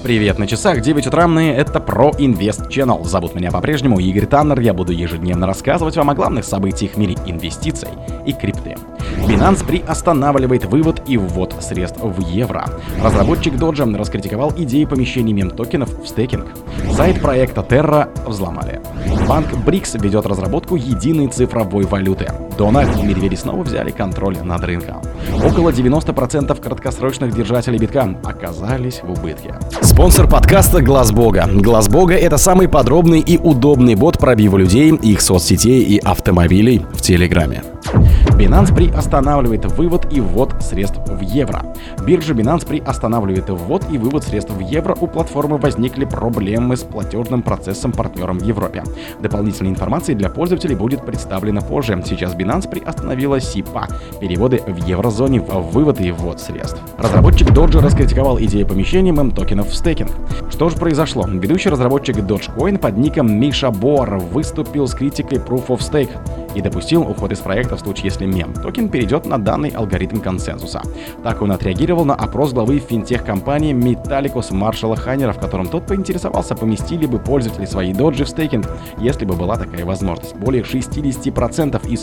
Привет, на часах 9 утра, это Pro Invest Channel. Зовут меня по-прежнему Игорь Таннер, я буду ежедневно рассказывать вам о главных событиях в мире инвестиций и крипты. Binance приостанавливает вывод и ввод средств в евро. Разработчик Doge раскритиковал идеи помещения мем-токенов в стейкинг. Сайт проекта Terra взломали. Банк BRICS ведет разработку единой цифровой валюты. Дональд и Медведи снова взяли контроль над рынком. Около 90% краткосрочных держателей битка оказались в убытке. Спонсор подкаста Глаз Бога. Глаз Бога — это самый подробный и удобный бот пробива людей, их соцсетей и автомобилей в Телеграме. Binance приостанавливает вывод и ввод средств в евро. Биржа Binance приостанавливает ввод и вывод средств в евро. У платформы возникли проблемы с платежным процессом партнером в Европе. Дополнительная информация для пользователей будет представлена позже. Сейчас Binance приостановила SEPA — переводы в еврозоне в вывод и ввод средств. Разработчик Doge раскритиковал идею помещения мем-токенов в стейкинг. Что же произошло? Ведущий разработчик Dogecoin под ником Миша Бор выступил с критикой Proof of Stake и допустил уход из проекта в случае, если мем-токен перейдет на данный алгоритм консенсуса. Так он отреагировал на опрос главы финтех-компании Metallicus Маршала Хайнера, в котором тот поинтересовался, поместили бы пользователи свои доджи в стейкинг, если бы была такая возможность. Более 60% из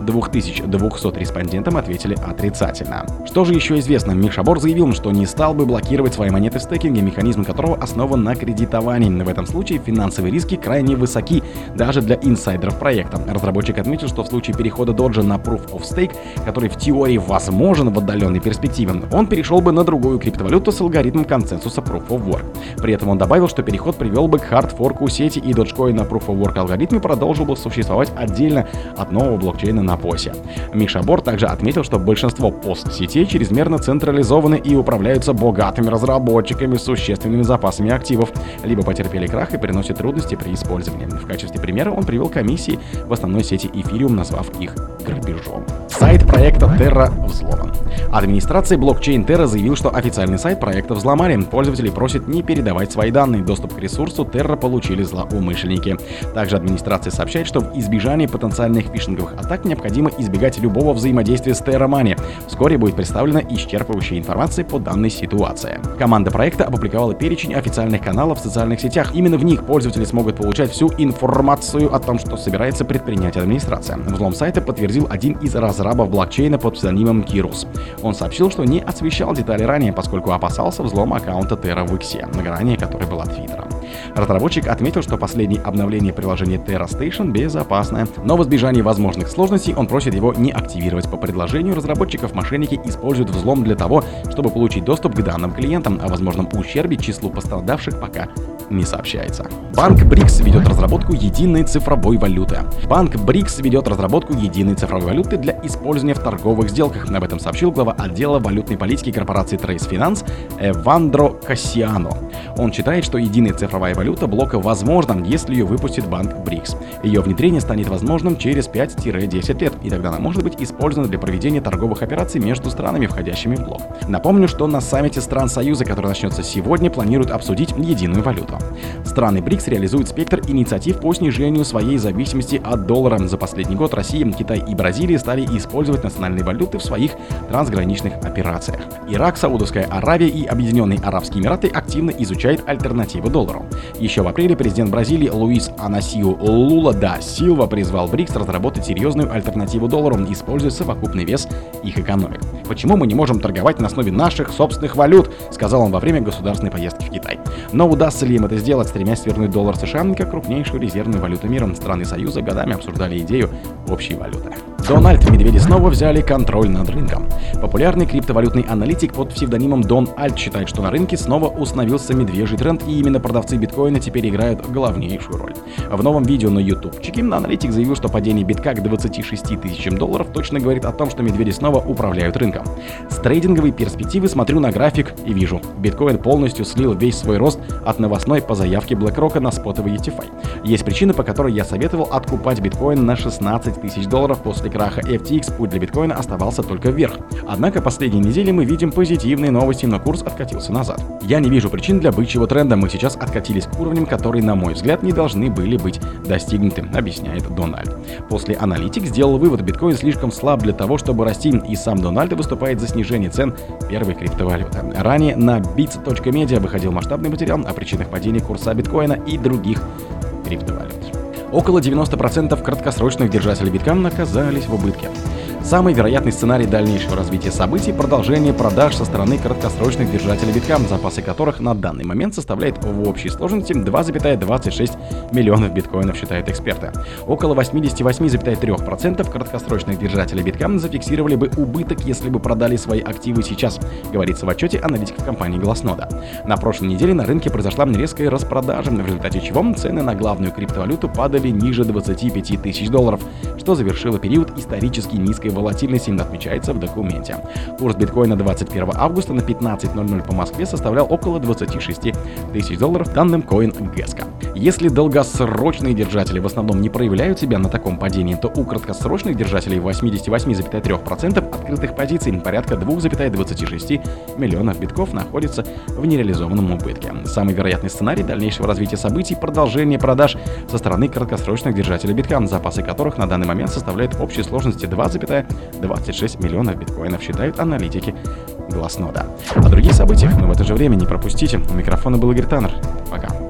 2200 респондентам ответили отрицательно. Что же еще известно? Миша Бор заявил, что не стал бы блокировать свои монеты в стейкинге, механизм которого основан на кредитовании. В этом случае финансовые риски крайне высоки даже для инсайдеров проекта. Разработчик отметил, что в случае перехода доджа на Proof of Stake, который в теории возможен в отдаленной перспективе, он перешел бы на другую криптовалюту с алгоритмом консенсуса Proof of Work. При этом он добавил, что переход привел бы к хардфорку сети, и Dogecoin на Proof of Work алгоритме продолжил бы существовать отдельно от нового блокчейна на посе. Миша Бор также отметил, что большинство пост-сетей чрезмерно централизованы и управляются богатыми разработчиками с существенными запасами активов, либо потерпели крах и приносят трудности при использовании. В качестве примера он привел комиссии в основной сети Ethereum, назвав их грабежом. Сайт проекта Terra взломан. Администрация блокчейн Terra заявил, что официальный сайт проекта взломали. Пользователи просят не передавать свои данные. Доступ к ресурсу Terra получили злоумышленники. Также администрация сообщает, что в избежании потенциальных фишинговых атак необходимо избегать любого взаимодействия с Terra Money. Вскоре будет представлена исчерпывающая информация по данной ситуации. Команда проекта опубликовала перечень официальных каналов в социальных сетях. Именно в них пользователи смогут получать всю информацию о том, что собирается предпринять администрация. Взлом сайта подтвердил один из разрабов блокчейна под псевдонимом Кирус. Он сообщил, что не освещал детали ранее, поскольку опасался взлома аккаунта Terra в Иксе, ранее который была Твиттером. Разработчик отметил, что последнее обновление приложения Terra Station безопасное, но в избежании возможных сложностей он просит его не активировать. По предложению разработчиков мошенники используют взлом для того, чтобы получить доступ к данным клиентам. О возможном ущербе числу пострадавших пока не сообщается. Банк BRICS ведет разработку единой цифровой валюты. Банк BRICS ведет разработку единой цифровой валюты для использования в торговых сделках. Об этом сообщил глава отдела валютной политики корпорации Trace Finance Эвандро Кассиано. Он считает, что единая цифровая валюта блока возможна, если ее выпустит банк BRICS. Ее внедрение станет возможным через 5-10 лет, и тогда она может быть использована для проведения торговых операций между странами, входящими в блок. Напомню, что на саммите стран Союза, который начнется сегодня, планируют обсудить единую валюту. Страны БРИКС реализуют спектр инициатив по снижению своей зависимости от доллара. За последний год Россия, Китай и Бразилия стали использовать национальные валюты в своих трансграничных операциях. Ирак, Саудовская Аравия и Объединенные Арабские Эмираты активно изучают альтернативу доллару. Еще в апреле президент Бразилии Луис Анасио Лула да Силва призвал БРИКС разработать серьезную альтернативу доллару, используя совокупный вес их экономик. «Почему мы не можем торговать на основе наших собственных валют?» — сказал он во время государственной поездки в Китай. Но удастся ли им это сделать, стремясь свернуть доллар США как крупнейшую резервную валюту мира? Страны Союза годами обсуждали идею общей валюты. Дональд и Медведи снова взяли контроль над рынком. Популярный криптовалютный аналитик под псевдонимом Дон Альт считает, что на рынке снова установился медвежий тренд, и именно продавцы биткоина теперь играют главнейшую роль. В новом видео на ютубчике аналитик заявил, что падение битка к 26 тысячам долларов точно говорит о том, что медведи снова управляют рынком. С трейдинговой перспективы смотрю на график и вижу, биткоин полностью слил весь свой рост от новостной по заявке BlackRock на спотовый ETFi. Есть причина, по которой я советовал откупать биткоин на 16 тысяч долларов. После краха FTX путь для биткоина оставался только вверх. Однако последние недели мы видим позитивные новости, но курс откатился назад. Я не вижу причин для бычьего тренда. Мы сейчас откатились к уровням, которые, на мой взгляд, не должны были быть достигнуты. инстинкты, объясняет Дональд. После аналитик сделал вывод: биткоин слишком слаб для того, чтобы расти, и сам Дональд выступает за снижение цен первой криптовалюты. Ранее на bits.media выходил масштабный материал о причинах падения курса биткоина и других криптовалют. Около 90% краткосрочных держателей биткоина оказались в убытке. Самый вероятный сценарий дальнейшего развития событий — продолжение продаж со стороны краткосрочных держателей биткоина, запасы которых на данный момент составляют в общей сложности 2,26 миллионов биткоинов, считают эксперты. Около 88,3% краткосрочных держателей биткоина зафиксировали бы убыток, если бы продали свои активы сейчас, говорится в отчете аналитиков компании Glassnode. На прошлой неделе на рынке произошла резкая распродажа, в результате чего цены на главную криптовалюту падали ниже 25 тысяч долларов, что завершило период исторически низкой волатильности, отмечается в документе. Курс биткоина 21 августа на 15:00 по Москве составлял около 26 тысяч долларов, данным CoinGecko. Если долгосрочные держатели в основном не проявляют себя на таком падении, то у краткосрочных держателей 88,3% открытых позиций порядка 2,26 миллионов битков находится в нереализованном убытке. Самый вероятный сценарий дальнейшего развития событий — продолжение продаж со стороны краткосрочных держателей биткоина, запасы которых на данный момент составляют в общей сложности 2,26 миллионов биткоинов, считают аналитики Glassnode. О других событиях, но в это же время не пропустите. У микрофона был Игорь Таннер. Пока.